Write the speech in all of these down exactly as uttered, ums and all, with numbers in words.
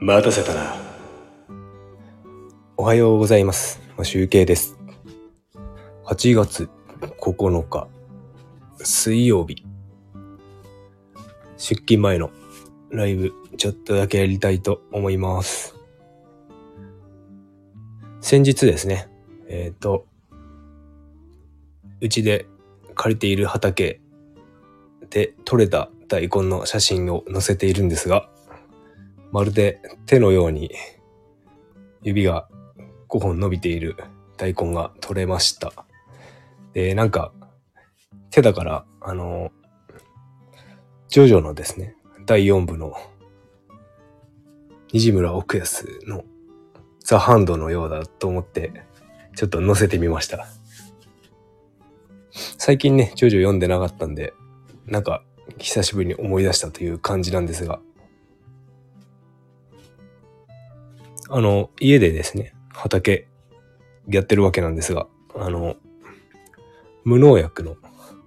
待たせたな。おはようございます。集計です。はちがつここのか水曜日、出勤前のライブちょっとだけやりたいと思います。先日ですね、えっとうちで借りている畑で採れた大根の写真を載せているんですが、まるで手のように指がごほん伸びている大根が取れました。で、なんか手だからあのジョジョのですねだいよんぶの西村奥安のザ・ハンドのようだと思ってちょっと載せてみました。最近ねジョジョ読んでなかったんで、なんか久しぶりに思い出したという感じなんですが、あの家でですね畑やってるわけなんですが、あの無農薬の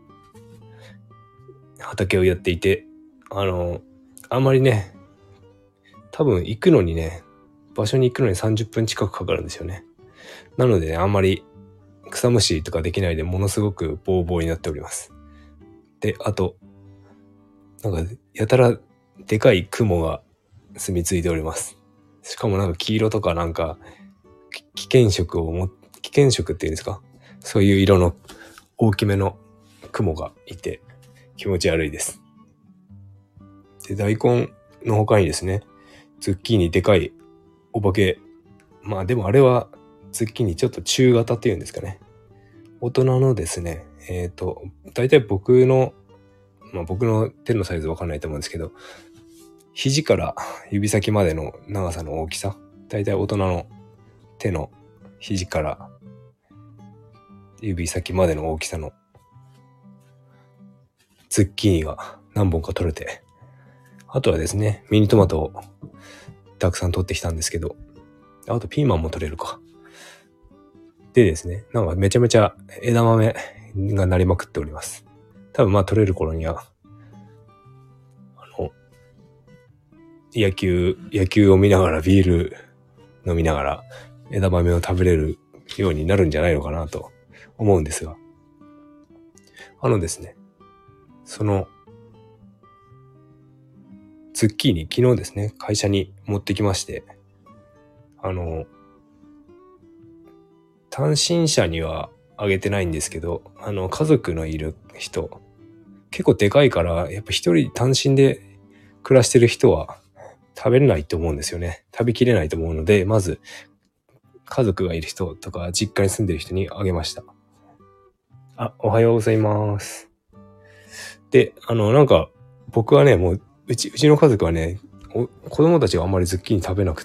畑をやっていて、あのあんまりね多分行くのにね場所に行くのにさんじゅっぷん近くかかるんですよね。なのでねあんまり草むしりとかできないでものすごくボーボーになっております。で、あとなんかやたらでかい雲が住み着いております。しかもなんか黄色とかなんか危険色をも危険色っていうんですか、そういう色の大きめの雲がいて気持ち悪いです。で、大根の他にですねズッキーニでかいお化け、まあでもあれはズッキーニちょっと中型っていうんですかね、大人のですねえっとだいたい僕のまあ僕の手のサイズわかんないと思うんですけど、肘から指先までの長さの大きさ、だいたい大人の手の肘から指先までの大きさのズッキーニが何本か取れて、あとはですねミニトマトをたくさん取ってきたんですけど、あとピーマンも取れるか。でですね、なんかめちゃめちゃ枝豆がなりまくっております。多分まあ取れる頃にはあの野球野球を見ながらビール飲みながら枝豆を食べれるようになるんじゃないのかなと思うんですが、あのですねそのズッキーニ昨日ですね会社に持ってきまして、あの単身者にはあげてないんですけど、あの家族のいる人結構でかいから、やっぱ一人単身で暮らしてる人は食べれないと思うんですよね。食べきれないと思うので、まず家族がいる人とか実家に住んでる人にあげました。あ、おはようございます。で、あのなんか僕はねもううちうちの家族はね子供たちがあんまりズッキーニ食べなくって、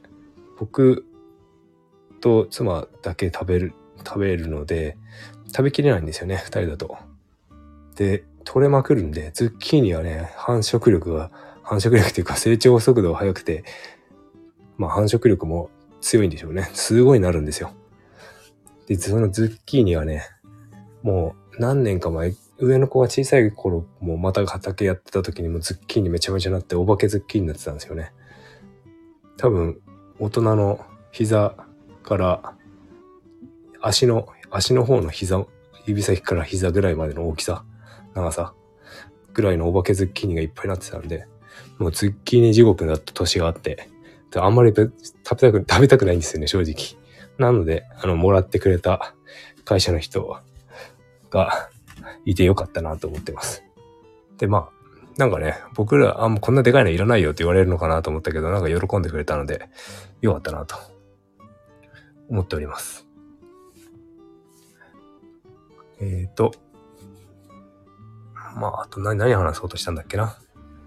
僕と妻だけ食べる食べるので食べきれないんですよね、二人だと。で、取れまくるんでズッキーニはね繁殖力が繁殖力っていうか成長速度が速くて、まあ繁殖力も強いんでしょうね。すごいなるんですよ。で、そのズッキーニはねもう何年か前、上の子が小さい頃もまた畑やってた時にもズッキーニめちゃめちゃなって、お化けズッキーニになってたんですよね。多分大人の膝から足の足の方の膝、指先から膝ぐらいまでの大きさ、長さぐらいのお化けズッキーニがいっぱいになってたんで、もうズッキーニ地獄だった年があって、あんまり食べたく食べたくないんですよね、正直。なのであのもらってくれた会社の人がいてよかったなと思ってます。で、まあなんかね僕らあんまこんなでかいのいらないよって言われるのかなと思ったけど、なんか喜んでくれたのでよかったなと思っております。えーとまああと何何話そうとしたんだっけな。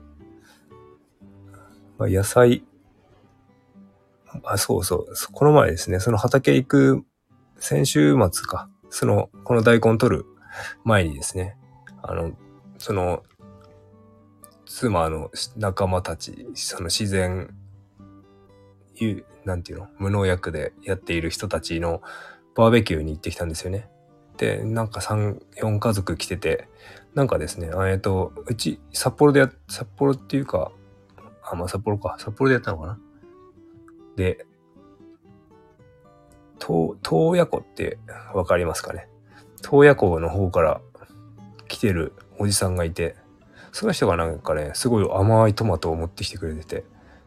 まあ、野菜、あそうそうこの前ですね、その畑行く先週末か、そのこの大根取る前にですね、あのその妻の仲間たち、その自然なんていうの無農薬でやっている人たちのバーベキューに行ってきたんですよね。で、なんかさん、よん家族来てて、なんかですね、えっとうち札幌でや札幌っていうか、あまあ札幌か札幌でやったのかな。 で、洞爺湖ってわかりますかね。洞爺湖の方から来てるおじさんがいて、その人がなんかね、すごい甘いトマトを持ってきてくれてて、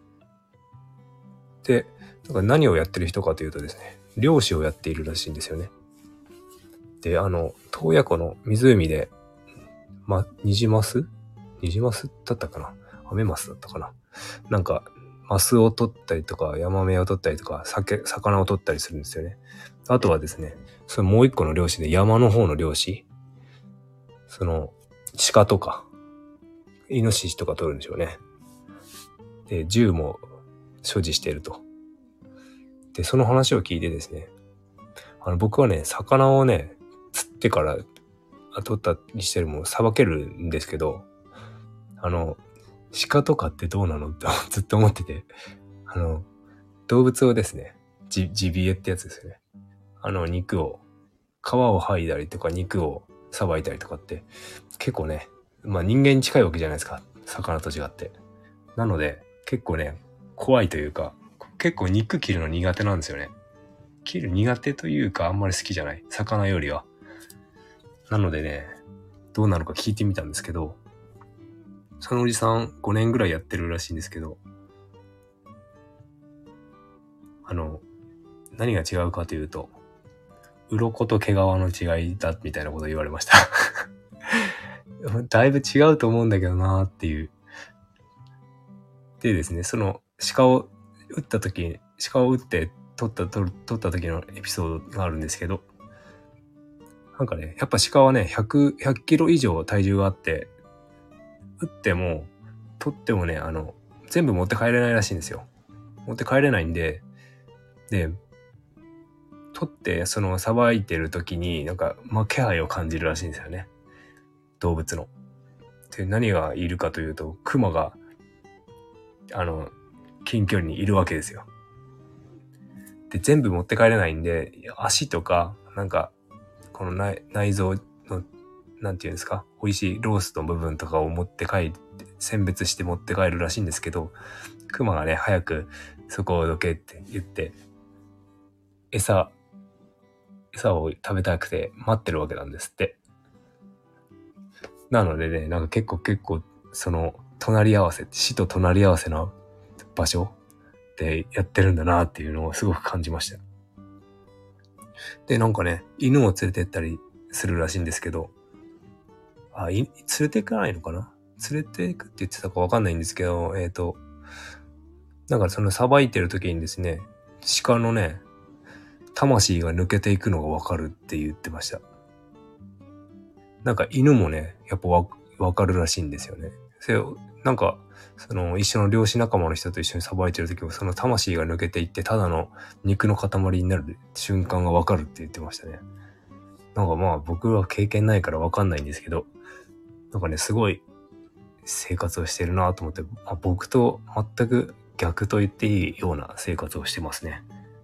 で、なんか何をやってる人かというとですね、漁師をやっているらしいんですよね。で、あの、洞爺湖の湖で、ま、ニジマスニジマスだったかな、アメマスだったかな、なんか、マスを取ったりとか、ヤマメを取ったりとか、酒、魚を取ったりするんですよね。あとはですね、そのもう一個の漁師で山の方の漁師、その、鹿とか、イノシシとか取るんでしょうね。で、銃も所持していると。で、その話を聞いてですね、あの、僕はね、魚をね、釣ってから取ったりしてるものさばけるんですけど、あの、鹿とかってどうなのってずっと思ってて、あの、動物をですね、ジ、ジビエってやつですよね。あの、肉を、皮を剥いだりとか肉をさばいたりとかって、結構ね、まあ人間に近いわけじゃないですか。魚と違って。なので、結構ね、怖いというか、結構肉切るの苦手なんですよね。切る苦手というか、あんまり好きじゃない。魚よりは。なのでね、どうなのか聞いてみたんですけど、そのおじさんごねんぐらいやってるらしいんですけど、あの、何が違うかというと、鱗と毛皮の違いだみたいなことを言われました。だいぶ違うと思うんだけどなーっていう。でですね、その鹿を撃った時、鹿を撃って取った、取った時のエピソードがあるんですけど、なんかね、やっぱ鹿はね、ひゃく、ひゃくキロ以上体重があって、撃っても、取ってもね、あの、全部持って帰れないらしいんですよ。持って帰れないんで、で、取って、その、さばいてる時に、なんか、まあ、気配を感じるらしいんですよね。動物の。で、何がいるかというと、クマが、あの、近距離にいるわけですよ。で、全部持って帰れないんで、足とか、なんか、この内、内臓の、なんていうんですか、美味しいロースの部分とかを持って帰って、選別して持って帰るらしいんですけど、クマがね、早くそこをどけって言って、餌、餌を食べたくて待ってるわけなんですって。なのでね、なんか結構結構、その、隣り合わせ、死と隣り合わせの場所でやってるんだなっていうのをすごく感じました。で、なんかね、犬を連れてったりするらしいんですけど、あ、い、連れていかないのかな？連れていくって言ってたかわかんないんですけど、えっと、なんかそのさばいてる時にですね、鹿のね、魂が抜けていくのがわかるって言ってました。なんか犬もね、やっぱわ、わかるらしいんですよね。それなんか、その一緒の漁師仲間の人と一緒にさばいてる時もその魂が抜けていってただの肉の塊になる瞬間がわかるって言ってましたね。なんかまあ僕は経験ないからわかんないんですけど、なんかね、すごい生活をしてるなと思って、まあ、僕と全く逆と言っていいような生活をしてますね。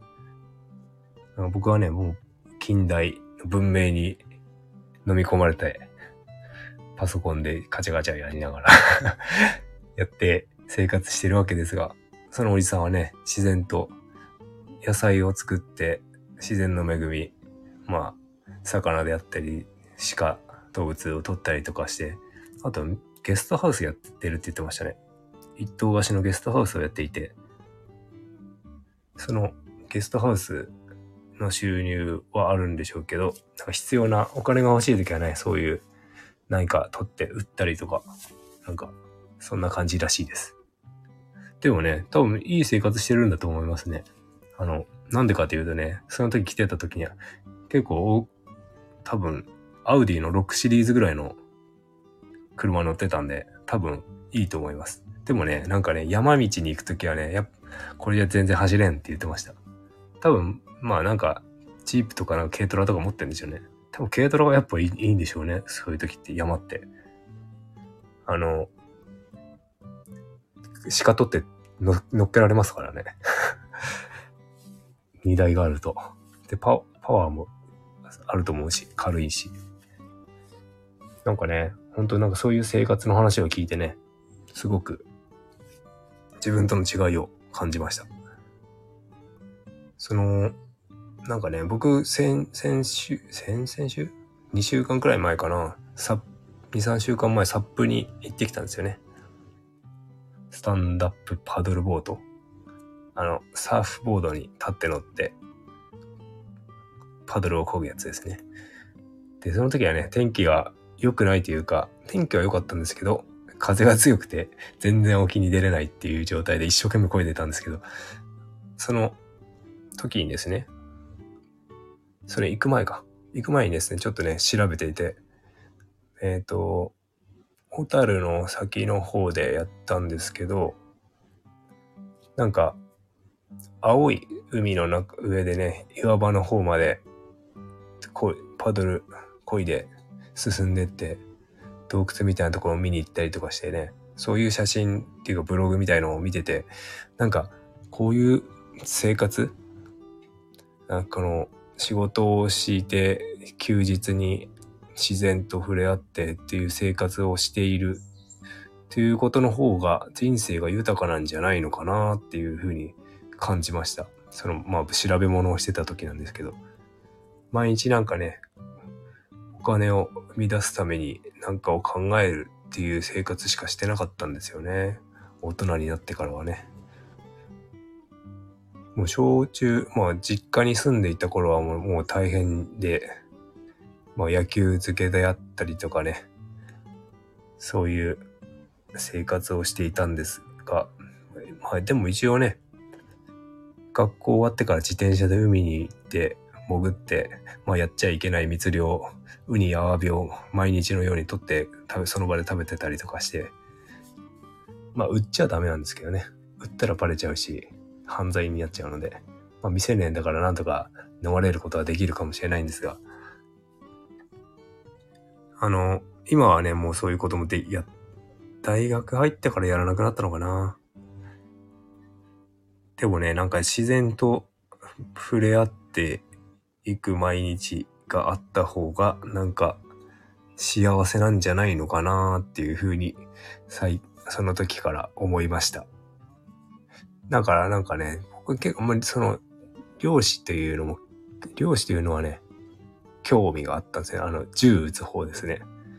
僕はね、もう近代文明に飲み込まれて、パソコンでカチャカチャやりながらやって生活してるわけですが、そのおじさんはね、自然と野菜を作って自然の恵み、まあ魚であったり鹿、動物を取ったりとかして、あとゲストハウスやってるって言ってましたね。一棟貸しのゲストハウスをやっていて、そのゲストハウスの収入はあるんでしょうけど、なんか必要なお金が欲しい時はね、そういう何か取って売ったりとか、なんかそんな感じらしいです。でもね、多分いい生活してるんだと思いますね。あの、なんでかというとね、その時来てた時には結構多分アウディのろくシリーズぐらいの車乗ってたんで、多分いいと思います。でもね、なんかね、山道に行く時はね、やっぱこれじゃ全然走れんって言ってました。多分、まあなんか、ジープとかなんか軽トラとか持ってるんでしょうね。多分軽トラがやっぱいい、いいんでしょうね。そういう時って山って。あの、鹿取っての乗っけられますからね。荷台があると。で、パ、パワーもあると思うし、軽いし。なんかね、本当なんかそういう生活の話を聞いてね、すごく自分との違いを感じました。 その、なんかね、僕、先、先週、先々週 ?に 週間くらい前かな。サに、さんしゅうかんまえ、サップに行ってきたんですよね。スタンダップパドルボート。あの、サーフボードに立って乗って、パドルを漕ぐやつですね。で、その時はね、天気が良くないというか、天気は良かったんですけど、風が強くて、全然沖に出れないっていう状態で一生懸命漕いでたんですけど、その時にですね、それ行く前か。行く前にですね、ちょっとね、調べていて、えっと、小樽の先の方でやったんですけど、なんか、青い海の中上でね、岩場の方まで、こう、パドル漕いで進んでって、洞窟みたいなところを見に行ったりとかしてね、そういう写真っていうかブログみたいのを見てて、なんか、こういう生活、なんかこの仕事をして休日に自然と触れ合ってっていう生活をしているっていうことの方が人生が豊かなんじゃないのかなっていうふうに感じました。そのまあ調べ物をしてた時なんですけど、毎日なんかね、お金を生み出すために何かを考えるっていう生活しかしてなかったんですよね。大人になってからはね。もう小中、まあ実家に住んでいた頃はもう、もう大変で、まあ野球漬けであったりとかね、そういう生活をしていたんですが、まあでも一応ね、学校終わってから自転車で海に行って潜って、まあやっちゃいけない密漁、ウニやアワビを毎日のように取って食べ、その場で食べてたりとかして、まあ売っちゃダメなんですけどね。売ったらバレちゃうし、犯罪になっちゃうので、まあ未成年だからなんとか逃れることはできるかもしれないんですが、あの、今はね、もうそういうこともで、や、大学入ってからやらなくなったのかな。でもね、なんか自然と触れ合っていく毎日があった方が、なんか幸せなんじゃないのかなっていうふうに、その時から思いました。だからなんかね、僕結構あんまりその、漁師っていうのも、漁師というのはね、興味があったんですね。あの、銃撃つ方ですね。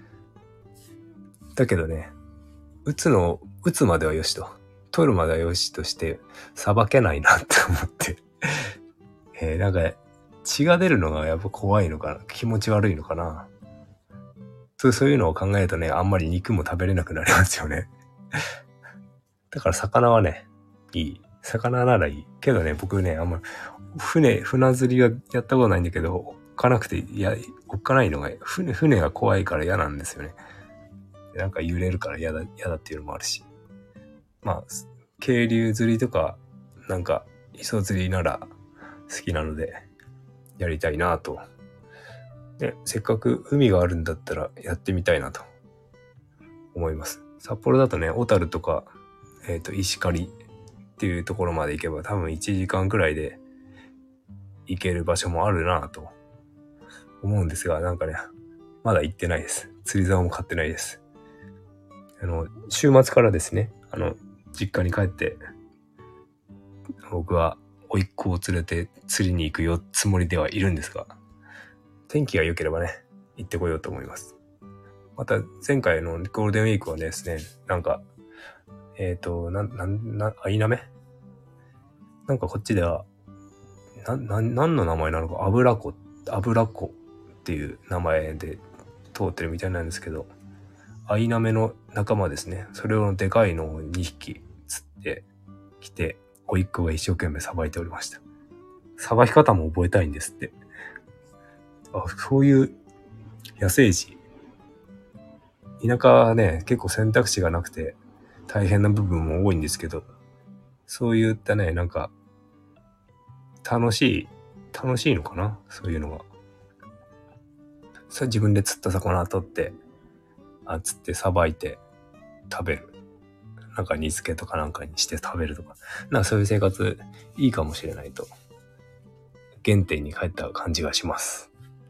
だけどね、撃つの、撃つまではよしと。取るまではよしとして、さばけないなって思って。えー、なんか、血が出るのがやっぱ怖いのかな。気持ち悪いのかな。そう、そういうのを考えるとね、あんまり肉も食べれなくなりますよね。だから魚はね、いい。魚ならいい。けどね、僕ね、あんま、船、船釣りはやったことないんだけど、おっかなくて、いや、おっかないのが、船、船が怖いから嫌なんですよね。なんか揺れるから嫌だ、嫌だっていうのもあるし。まあ、渓流釣りとか、なんか、磯釣りなら好きなので、やりたいなと。で、せっかく海があるんだったらやってみたいなと思います。札幌だとね、小樽とか、えっと、石狩っていうところまで行けば多分いちじかんくらいで行ける場所もあるなと思うんですが、なんかね、まだ行ってないです。釣り竿も買ってないです。あの、週末からですね、あの、実家に帰って、僕は甥っ子を連れて釣りに行くよつもりではいるんですが、天気が良ければね、行ってこようと思います。また前回のゴールデンウィークはですね、なんか、えっと、な、な、な、アイナメなんかこっちでは、な、な、何の名前なのか、油子、油子っていう名前で通ってるみたいなんですけど、アイナメの仲間ですね。それをでかいのをにひき釣ってきて、甥っ子が一生懸命さばいておりました。さばき方も覚えたいんですって。あ、そういう野生児。田舎はね、結構選択肢がなくて大変な部分も多いんですけど、そういったね、なんか、楽しい、楽しいのかなそういうのが。さ、自分で釣った魚取って、あ、釣ってさばいて食べる。なんか煮付けとかなんかにして食べるとか。なんかそういう生活いいかもしれないと。原点に帰った感じがします。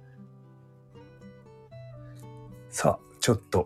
さあ、ちょっと、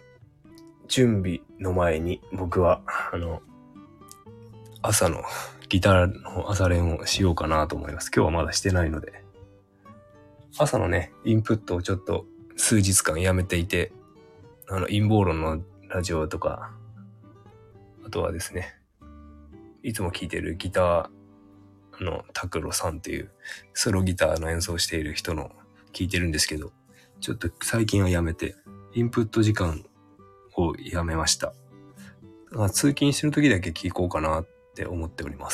準備の前に僕は、あの、朝のギターの朝練をしようかなと思います。今日はまだしてないので。朝のね、インプットをちょっと数日間やめていて、あの、陰謀論のラジオとか、あとはですね、いつも聴いてるギターの拓郎さんっていうソロギターの演奏をしている人の聴いてるんですけど、ちょっと最近はやめて、インプット時間をやめました。通勤してる時だけ聴こうかなって思っております。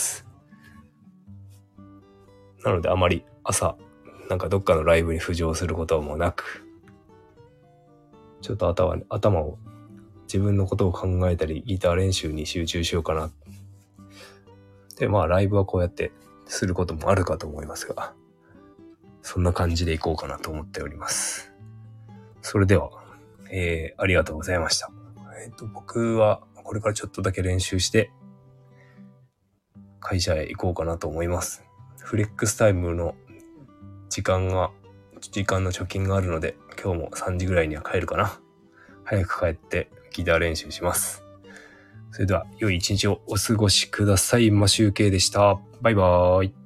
なのであまり朝、なんかどっかのライブに浮上することもなく、ちょっと頭、頭を自分のことを考えたりギター練習に集中しようかな。で、まあライブはこうやってすることもあるかと思いますが、そんな感じでいこうかなと思っております。それでは、えー、ありがとうございました。えっと、僕はこれからちょっとだけ練習して会社へ行こうかなと思います。フレックスタイムの時間が、時間の貯金があるので、今日もさんじぐらいには帰るかな。早く帰ってギター練習します。それでは良い一日をお過ごしください。マシュウケイでした。バイバーイ。